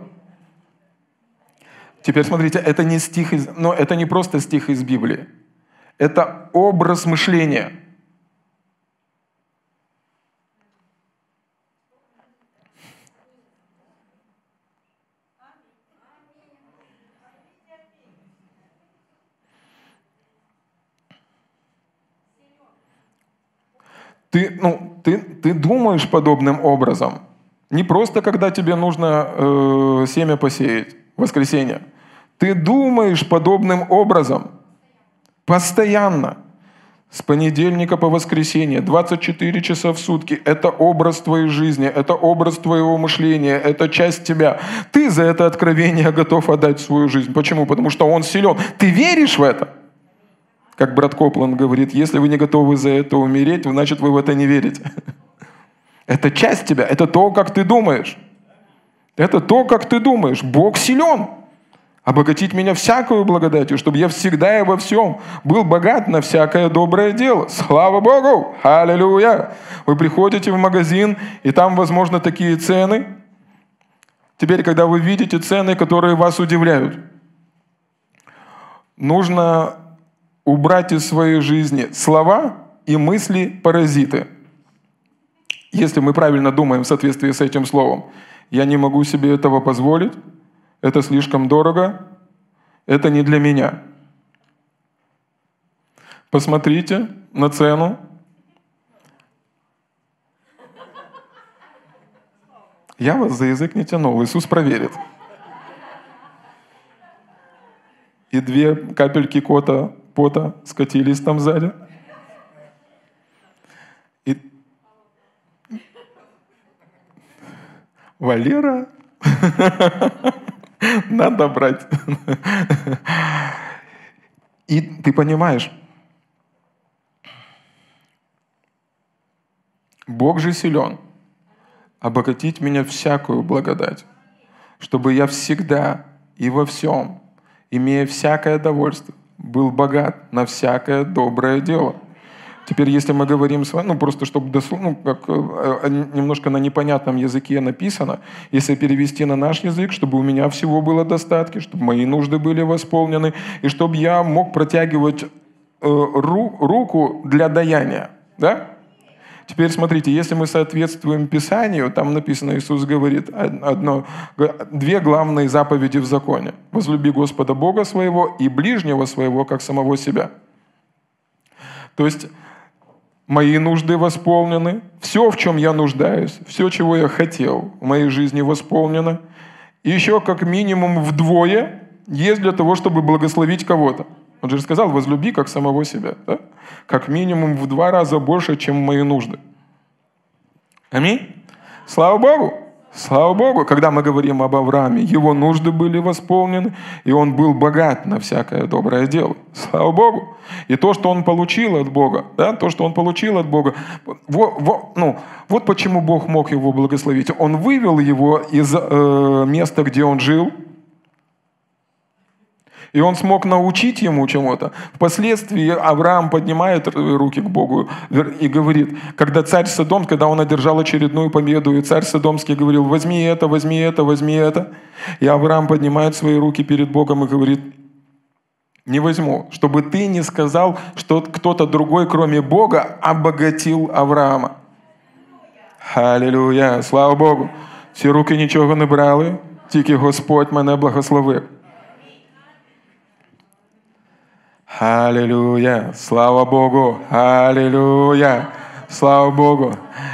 Теперь смотрите, это не стих это не просто стих из Библии. Это образ мышления. Ты думаешь подобным образом. Не просто, когда тебе нужно семя посеять в воскресенье. Ты думаешь подобным образом. Постоянно. С понедельника по воскресенье, 24 часа в сутки. Это образ твоей жизни, это образ твоего мышления, это часть тебя. Ты за это откровение готов отдать свою жизнь. Почему? Потому что Он силен. Ты веришь в это? Как брат Копланд говорит: если вы не готовы за это умереть, значит, вы в это не верите. Это часть тебя, это то, как ты думаешь. Это то, как ты думаешь. Бог силен обогатить меня всякую благодатью, чтобы я всегда и во всем был богат на всякое доброе дело. Слава Богу! Аллилуйя! Вы приходите в магазин, и там, возможно, такие цены. Теперь, когда вы видите цены, которые вас удивляют, нужно убрать из своей жизни слова и мысли-паразиты. Если мы правильно думаем в соответствии с этим словом: я не могу себе этого позволить, это слишком дорого, это не для меня. Посмотрите на цену. Я вас за язык не тянул, Иисус проверит. И 2 капельки пота скатились там сзади. И Валера, надо брать. И ты понимаешь, Бог же силен обогатить меня всякую благодать, чтобы я всегда и во всем, имея всякое довольство, был богат на всякое доброе дело. Теперь, если мы говорим с вами, просто чтобы немножко на непонятном языке написано, если перевести на наш язык, чтобы у меня всего было достатки, чтобы мои нужды были восполнены, и чтобы я мог протягивать руку для даяния. Да? Теперь смотрите, если мы соответствуем Писанию, там написано, Иисус говорит, 2 главные заповеди в законе. «Возлюби Господа Бога своего и ближнего своего, как самого себя». То есть мои нужды восполнены, все, в чем я нуждаюсь, все, чего я хотел, в моей жизни восполнено. И еще как минимум вдвое есть для того, чтобы благословить кого-то. Он же сказал, возлюби как самого себя. Да? Как минимум в 2 раза больше, чем мои нужды. Аминь. Слава Богу. Слава Богу, когда мы говорим об Аврааме, его нужды были восполнены, и он был богат на всякое доброе дело. Слава Богу. И то, что он получил от Бога, да, то, что он получил от Бога, вот почему Бог мог его благословить. Он вывел его из места, где он жил, и он смог научить ему чему-то. Впоследствии Авраам поднимает руки к Богу и говорит, когда царь Содом, когда он одержал очередную победу, и царь Содомский говорил, возьми это, возьми это, возьми это. И Авраам поднимает свои руки перед Богом и говорит, не возьму, чтобы ты не сказал, что кто-то другой, кроме Бога, обогатил Авраама. Аллилуйя, слава Богу. Ці руки нічого не брали, тільки Господь мене благословив. Аллилуйя! Слава Богу! Аллилуйя! Слава Богу!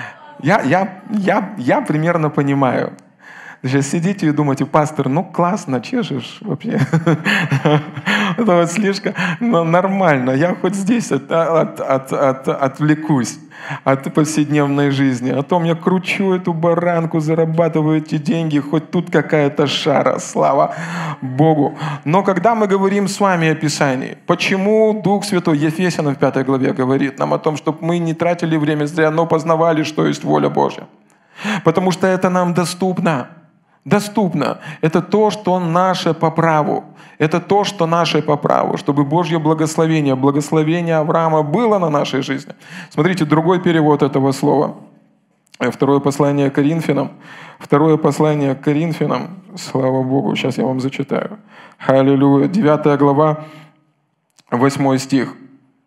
Я примерно понимаю. Сейчас сидите и думаете, пастор, ну классно, чешешь вообще. Это вот слишком нормально. Я хоть здесь отвлекусь от повседневной жизни. А то я кручу эту баранку, зарабатываю эти деньги, хоть тут какая-то шара, слава Богу. Но когда мы говорим с вами о Писании, почему Дух Святой, Ефесянам в 5 главе говорит нам о том, чтобы мы не тратили время зря, но познавали, что есть воля Божья? Потому что это нам доступно. Доступно. Это то, что наше по праву. Это то, что наше по праву, чтобы Божье благословение, благословение Авраама было на нашей жизни. Смотрите, другой перевод этого слова. Второе послание к Коринфянам. Второе послание к Коринфянам. Слава Богу, сейчас я вам зачитаю. Аллилуйя. 9 глава, 8 стих.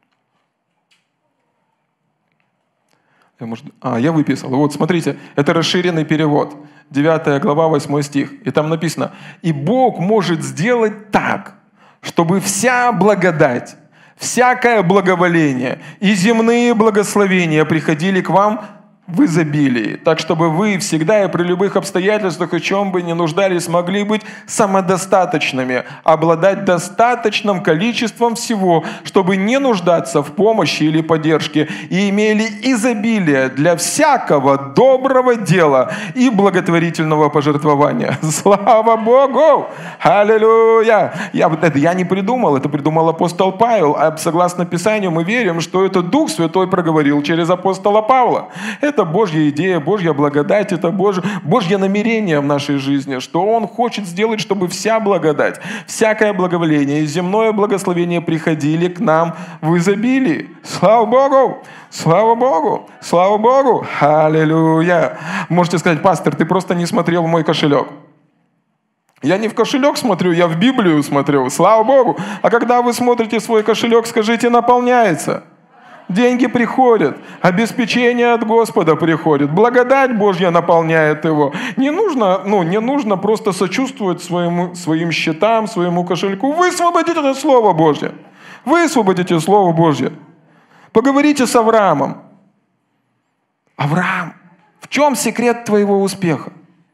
Я выписал. Вот, смотрите, это расширенный перевод. 9 глава, 8 стих. И там написано, «И Бог может сделать так, чтобы вся благодать, всякое благоволение и земные благословения приходили к вам в изобилии, так чтобы вы всегда и при любых обстоятельствах, о чем бы ни нуждались, могли быть самодостаточными, обладать достаточным количеством всего, чтобы не нуждаться в помощи или поддержке, и имели изобилие для всякого доброго дела и благотворительного пожертвования». Слава Богу! Аллилуйя! Я не придумал, это придумал апостол Павел, а согласно Писанию мы верим, что это Дух Святой проговорил через апостола Павла. Это Божья идея, Божья благодать, это Божье намерение в нашей жизни, что Он хочет сделать, чтобы вся благодать, всякое благоволение и земное благословение приходили к нам в изобилии. Слава Богу! Слава Богу! Слава Богу! Аллилуйя! Можете сказать, пастор, ты просто не смотрел в мой кошелек. Я не в кошелек смотрю, я в Библию смотрю. Слава Богу! А когда вы смотрите в свой кошелек, скажите, наполняется. Деньги приходят, обеспечение от Господа приходит, благодать Божья наполняет его. Не нужно просто сочувствовать своим счетам, своему кошельку. Высвободите это Слово Божье. Высвободите Слово Божье. Поговорите с Авраамом. Авраам, в чем секрет твоего успеха?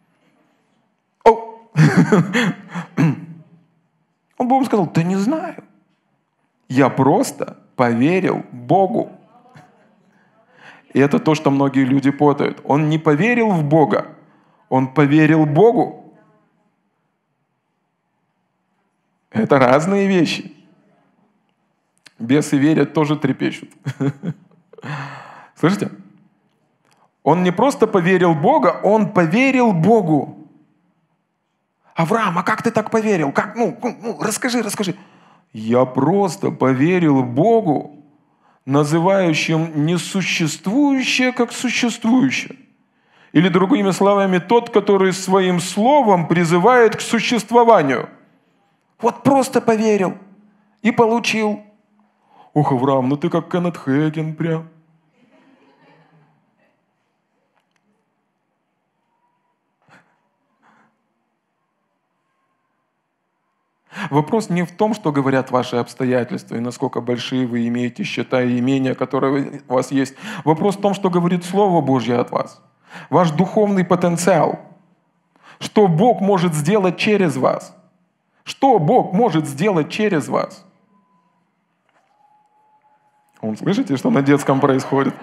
Он бы вам сказал, да не знаю. Я просто поверил Богу. И это то, что многие люди путают. Он не поверил в Бога, он поверил Богу. Это разные вещи. Бесы верят, тоже трепещут. Слышите? Он не просто поверил Бога, он поверил Богу. Авраам, а как ты так поверил? Как? Расскажи. Я просто поверил Богу, называющим несуществующее как существующее. Или другими словами, тот, который своим словом призывает к существованию. Вот просто поверил и получил. Ох, Авраам, ну ты как Кеннет Хейген прям. Вопрос не в том, что говорят ваши обстоятельства и насколько большие вы имеете счета и имения, которые у вас есть. Вопрос в том, что говорит Слово Божье от вас. Ваш духовный потенциал. Что Бог может сделать через вас? Что Бог может сделать через вас? Слышите, что на детском происходит?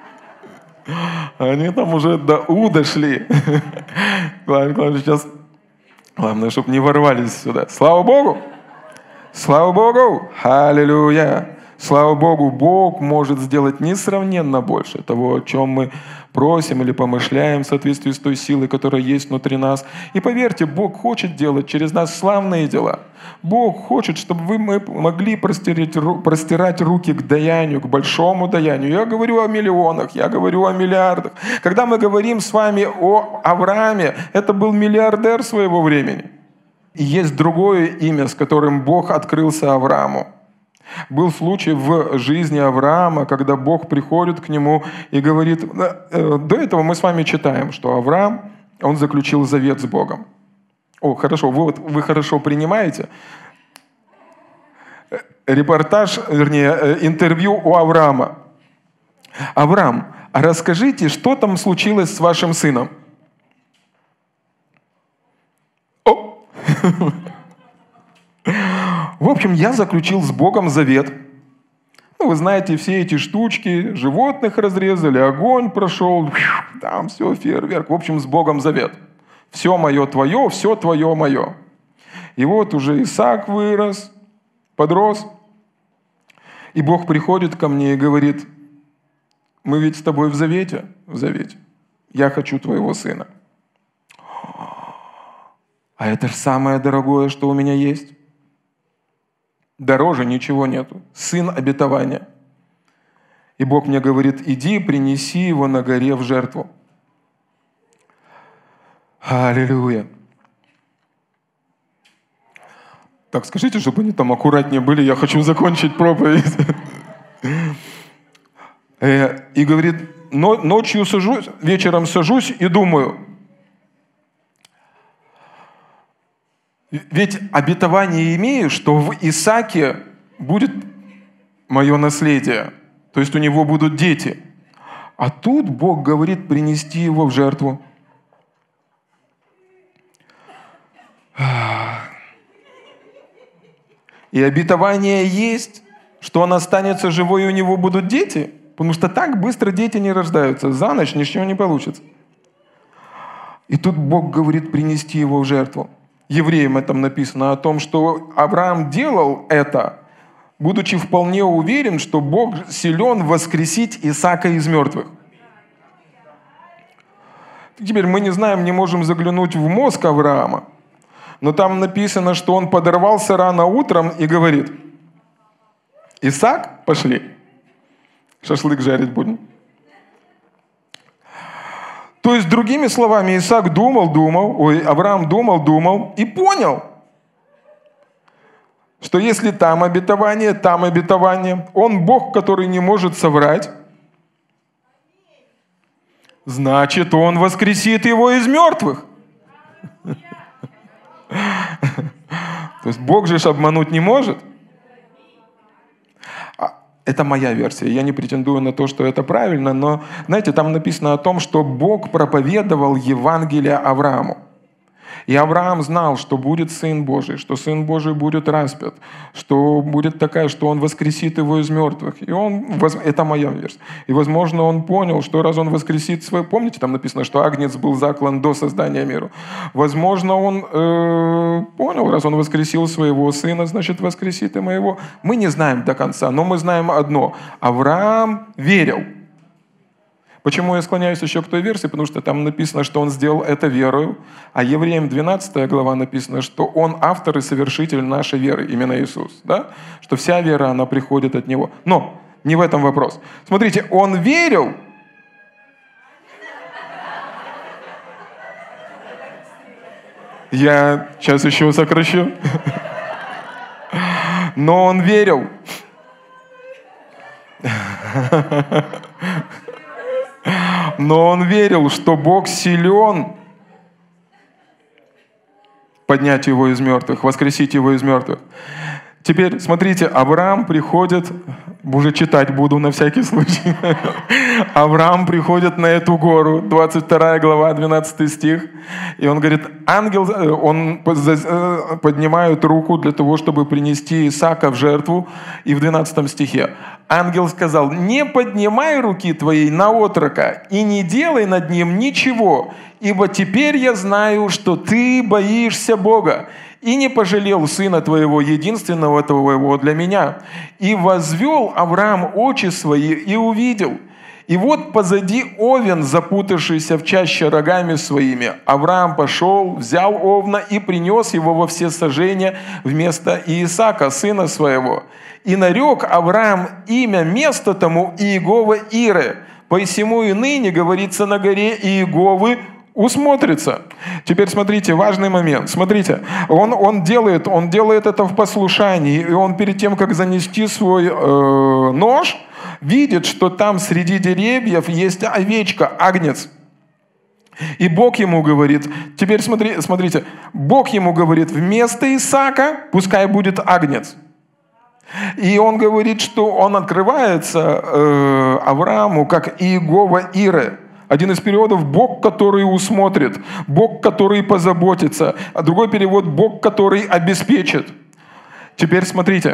Они там уже до У дошли. Главное, сейчас... Главное, чтобы не ворвались сюда. Слава Богу! Слава Богу! Аллилуйя! Слава Богу, Бог может сделать несравненно больше того, о чем мы просим или помышляем в соответствии с той силой, которая есть внутри нас. И поверьте, Бог хочет делать через нас славные дела. Бог хочет, чтобы мы могли простирать руки к даянию, к большому даянию. Я говорю о миллионах, я говорю о миллиардах. Когда мы говорим с вами о Аврааме, это был миллиардер своего времени. И есть другое имя, с которым Бог открылся Аврааму. Был случай в жизни Авраама, когда Бог приходит к нему и говорит... До этого мы с вами читаем, что Авраам, он заключил завет с Богом. О, хорошо, вы хорошо принимаете. Репортаж, вернее, интервью у Авраама. Авраам, а расскажите, что там случилось с вашим сыном? О! В общем, я заключил с Богом завет. Вы знаете, все эти штучки, животных разрезали, огонь прошел, там все, фейерверк. В общем, с Богом завет. Все мое твое, все твое мое. И вот уже Исаак вырос, подрос. И Бог приходит ко мне и говорит: мы ведь с тобой в завете. Я хочу твоего сына. А это же самое дорогое, что у меня есть. Дороже ничего нету. Сын обетования. И Бог мне говорит: иди, принеси его на горе в жертву. Аллилуйя. Так, скажите, чтобы они там аккуратнее были, я хочу закончить проповедь. И говорит: ночью сажусь, вечером сажусь и думаю, ведь обетование имею, что в Исааке будет мое наследие, то есть у него будут дети. А тут Бог говорит принести его в жертву. И обетование есть, что он останется живой, и у него будут дети, потому что так быстро дети не рождаются, за ночь ничего не получится. И тут Бог говорит принести его в жертву. Евреям это написано о том, что Авраам делал это, будучи вполне уверен, что Бог силен воскресить Исаака из мертвых. Теперь мы не знаем, не можем заглянуть в мозг Авраама, но там написано, что он подорвался рано утром и говорит: Исаак, пошли, шашлык жарить будем. То есть, другими словами, Авраам думал и понял, что если там обетование, он Бог, который не может соврать, значит, он воскресит его из мертвых. То есть Бог же обмануть не может. Это моя версия. Я не претендую на то, что это правильно, но, знаете, там написано о том, что Бог проповедовал Евангелие Аврааму. И Авраам знал, что будет Сын Божий, что Сын Божий будет распят, что будет такая, что Он воскресит его из мертвых. И это моя версия. И, возможно, он понял, что раз он воскресит свой... Помните, там написано, что Агнец был заклан до создания мира. Возможно, он понял, раз он воскресил своего сына, значит, воскресит и моего. Мы не знаем до конца, но мы знаем одно. Авраам верил. Почему я склоняюсь еще к той версии? Потому что там написано, что он сделал это верою, а Евреям 12 глава написано, что он автор и совершитель нашей веры, именно Иисус. Да? Что вся вера, она приходит от Него. Но не в этом вопрос. Смотрите, он верил. Я сейчас еще сокращу. Но он верил. Но он верил, что Бог силен поднять его из мертвых, воскресить его из мертвых. Теперь, смотрите, Авраам приходит Уже читать буду на всякий случай. Авраам приходит на эту гору, 22 глава, 12 стих, и он говорит, ангел, он поднимает руку для того, чтобы принести Исаака в жертву, и в 12 стихе ангел сказал, не поднимай руки твоей на отрока и не делай над ним ничего, ибо теперь я знаю, что ты боишься Бога, и не пожалел сына твоего, единственного твоего для меня. И возвел Авраам очи свои и увидел. И вот позади овен, запутавшийся в чаще рогами своими. Авраам пошел, взял овна и принес его во всесожжение вместо Иисака, сына своего. И нарек Авраам имя места тому Иегова Ире. Посему и ныне говорится на горе Иеговы усмотрится. Теперь смотрите, важный момент. Смотрите, он делает это в послушании, и он перед тем, как занести свой нож, видит, что там среди деревьев есть овечка, агнец. И Бог ему говорит, теперь смотрите, Бог ему говорит, вместо Исаака пускай будет агнец. И он говорит, что он открывается Аврааму как Иегова Ире. Один из переводов «Бог, который усмотрит», «Бог, который позаботится», а другой перевод «Бог, который обеспечит». Теперь смотрите,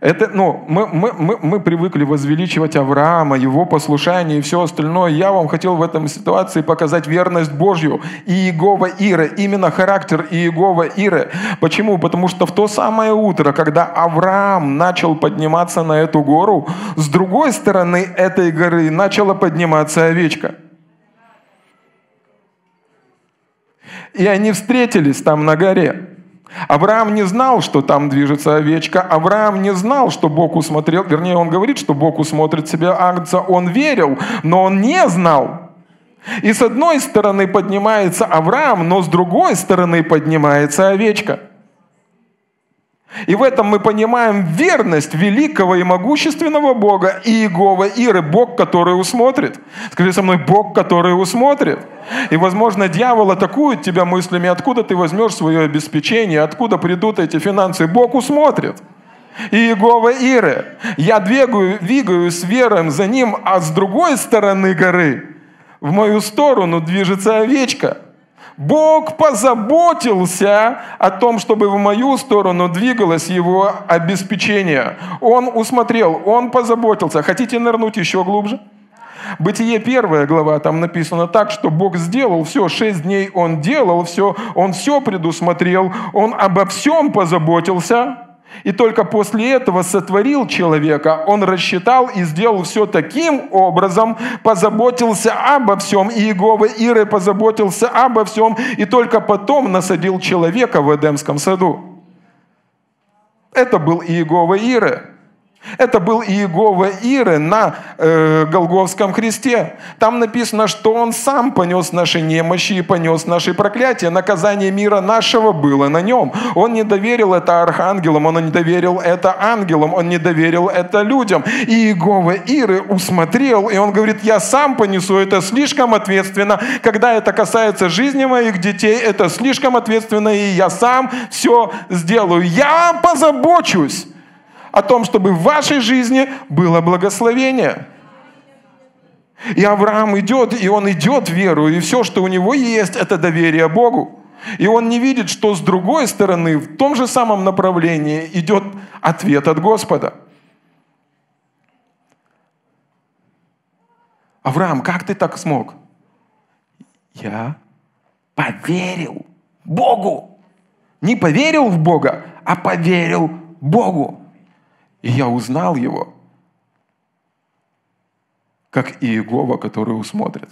мы привыкли возвеличивать Авраама, его послушание и все остальное. Я вам хотел в этом ситуации показать верность Божью и Иегова Ире, именно характер Иегова Ире. Почему? Потому что в то самое утро, когда Авраам начал подниматься на эту гору, с другой стороны этой горы начала подниматься овечка. И они встретились там на горе. Авраам не знал, что там движется овечка. Авраам не знал, что Бог усмотрел. Вернее, он говорит, что Бог усмотрит себя агнца. Он верил, но он не знал. И с одной стороны поднимается Авраам, но с другой стороны поднимается овечка. И в этом мы понимаем верность великого и могущественного Бога Иегова Иры, Бог, который усмотрит. Скажи со мной, Бог, который усмотрит. И, возможно, дьявол атакует тебя мыслями, откуда ты возьмешь свое обеспечение, откуда придут эти финансы. Бог усмотрит. Иегова Иры. Я двигаюсь с верой за ним, а с другой стороны горы в мою сторону движется овечка. Бог позаботился о том, чтобы в мою сторону двигалось его обеспечение. Он усмотрел, он позаботился. Хотите нырнуть еще глубже? Бытие 1 глава, там написано так, что Бог сделал все, 6 дней Он делал все, Он все предусмотрел, Он обо всем позаботился. И только после этого сотворил человека. Он рассчитал и сделал все таким образом, позаботился обо всем. И Иегова Ире позаботился обо всем. И только потом насадил человека в Эдемском саду. Это был Иегова Ире. Это был Иегова Ире на Голгофском кресте. Там написано, что Он сам понес наши немощи и понес наши проклятия. Наказание мира нашего было на Нем. Он не доверил это архангелам, Он не доверил это ангелам, Он не доверил это людям. И Иегова Ире усмотрел, и Он говорит, я сам понесу, это слишком ответственно. Когда это касается жизни моих детей, это слишком ответственно, и я сам все сделаю. Я позабочусь о том, чтобы в вашей жизни было благословение. И Авраам идет, и он идет в веру, и все, что у него есть, это доверие Богу. И он не видит, что с другой стороны, в том же самом направлении идет ответ от Господа. Авраам, как ты так смог? Я поверил Богу. Не поверил в Бога, а поверил Богу. И я узнал его, как Иегова, который усмотрит.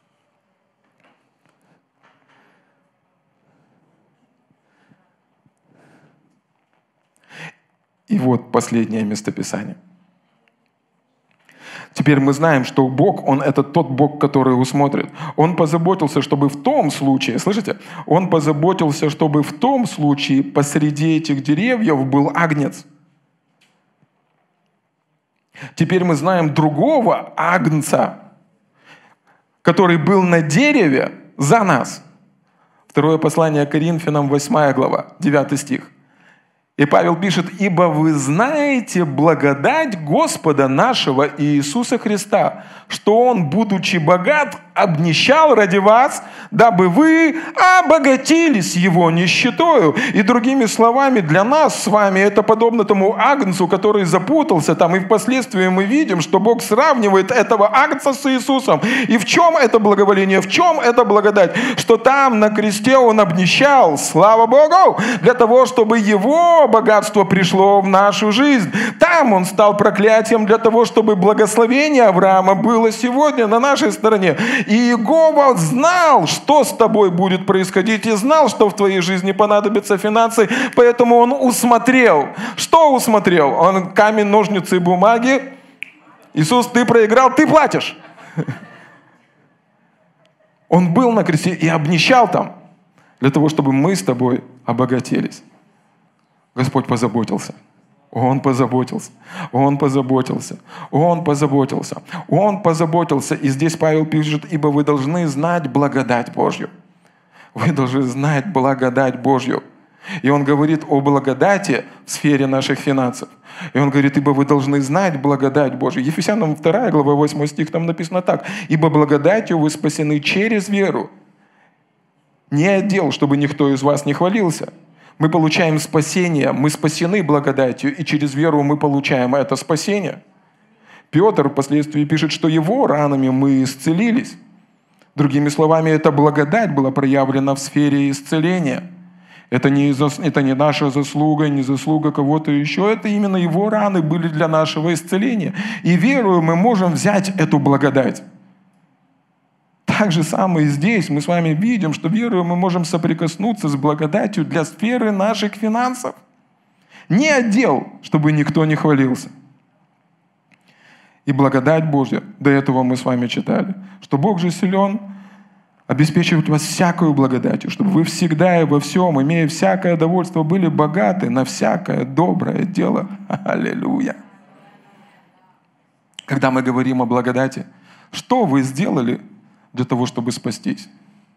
И вот последнее местописание. Теперь мы знаем, что Бог, Он это тот Бог, который усмотрит. Он позаботился, чтобы в том случае, слышите? Он позаботился, чтобы в том случае посреди этих деревьев был агнец. Теперь мы знаем другого агнца, который был на дереве за нас. Второе послание Коринфянам, 8 глава, 9 стих. И Павел пишет: «Ибо вы знаете благодать Господа нашего Иисуса Христа, что Он, будучи богат, обнищал ради вас, дабы вы обогатились Его нищетою». И другими словами, для нас с вами это подобно тому агнцу, который запутался там, и впоследствии мы видим, что Бог сравнивает этого агнца с Иисусом. И в чем это благоволение, в чем это благодать? Что там на кресте Он обнищал, слава Богу, для того, чтобы Его богатство пришло в нашу жизнь. Там Он стал проклятием для того, чтобы благословение Авраама было сегодня на нашей стороне. И Иегова знал, что с тобой будет происходить, и знал, что в твоей жизни понадобятся финансы, поэтому Он усмотрел. Что усмотрел? Он камень, ножницы и бумаги. Иисус, ты проиграл, ты платишь. Он был на кресте и обнищал там, для того, чтобы мы с тобой обогатились. Господь позаботился. Он позаботился. Он позаботился. Он позаботился. Он позаботился. И здесь Павел пишет: «Ибо вы должны знать благодать Божью». Вы должны знать благодать Божью. И он говорит о благодати в сфере наших финансов. И он говорит: «Ибо вы должны знать благодать Божью». Ефесянам 2 глава 8 стих, там написано так: «Ибо благодатью вы спасены через веру». Не отдел, чтобы никто из вас не хвалился. Мы получаем спасение, мы спасены благодатью, и через веру мы получаем это спасение. Петр впоследствии пишет, что его ранами мы исцелились. Другими словами, эта благодать была проявлена в сфере исцеления. Это не наша заслуга, не заслуга кого-то еще. Это именно его раны были для нашего исцеления. И верою мы можем взять эту благодать. Так же самое и здесь мы с вами видим, что верою мы можем соприкоснуться с благодатью для сферы наших финансов. Не отдел, чтобы никто не хвалился. И благодать Божья, до этого мы с вами читали, что Бог же силен обеспечивать вас всякую благодатью, чтобы вы всегда и во всем, имея всякое довольство, были богаты на всякое доброе дело. Аллилуйя. Когда мы говорим о благодати, что вы сделали для того, чтобы спастись?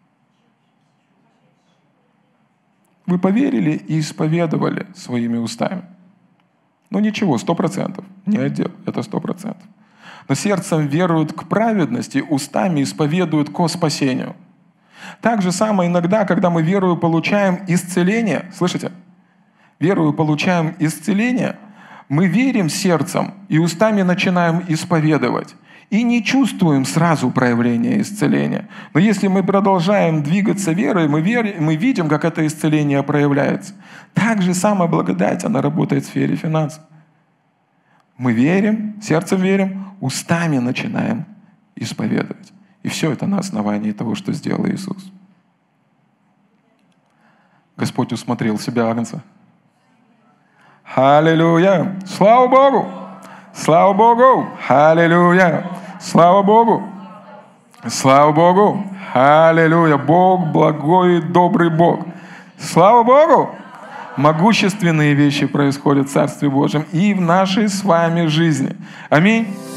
Вы поверили и исповедовали своими устами. Ну ничего, 100%. Не отдел, это 100%. Но сердцем веруют к праведности, устами исповедуют ко спасению. Так же самое иногда, когда мы верою получаем исцеление, слышите? Верою получаем исцеление, мы верим сердцем и устами начинаем исповедовать. И не чувствуем сразу проявления исцеления. Но если мы продолжаем двигаться верой, мы видим, как это исцеление проявляется. Так же самая благодать, она работает в сфере финансов. Мы верим, сердцем верим, устами начинаем исповедовать. И все это на основании того, что сделал Иисус. Господь усмотрел себя агнца. Аллилуйя! Слава Богу! Слава Богу! Аллилуйя! Слава Богу! Слава Богу! Аллилуйя! Бог благой и добрый Бог. Слава Богу! Могущественные вещи происходят в Царстве Божьем и в нашей с вами жизни. Аминь.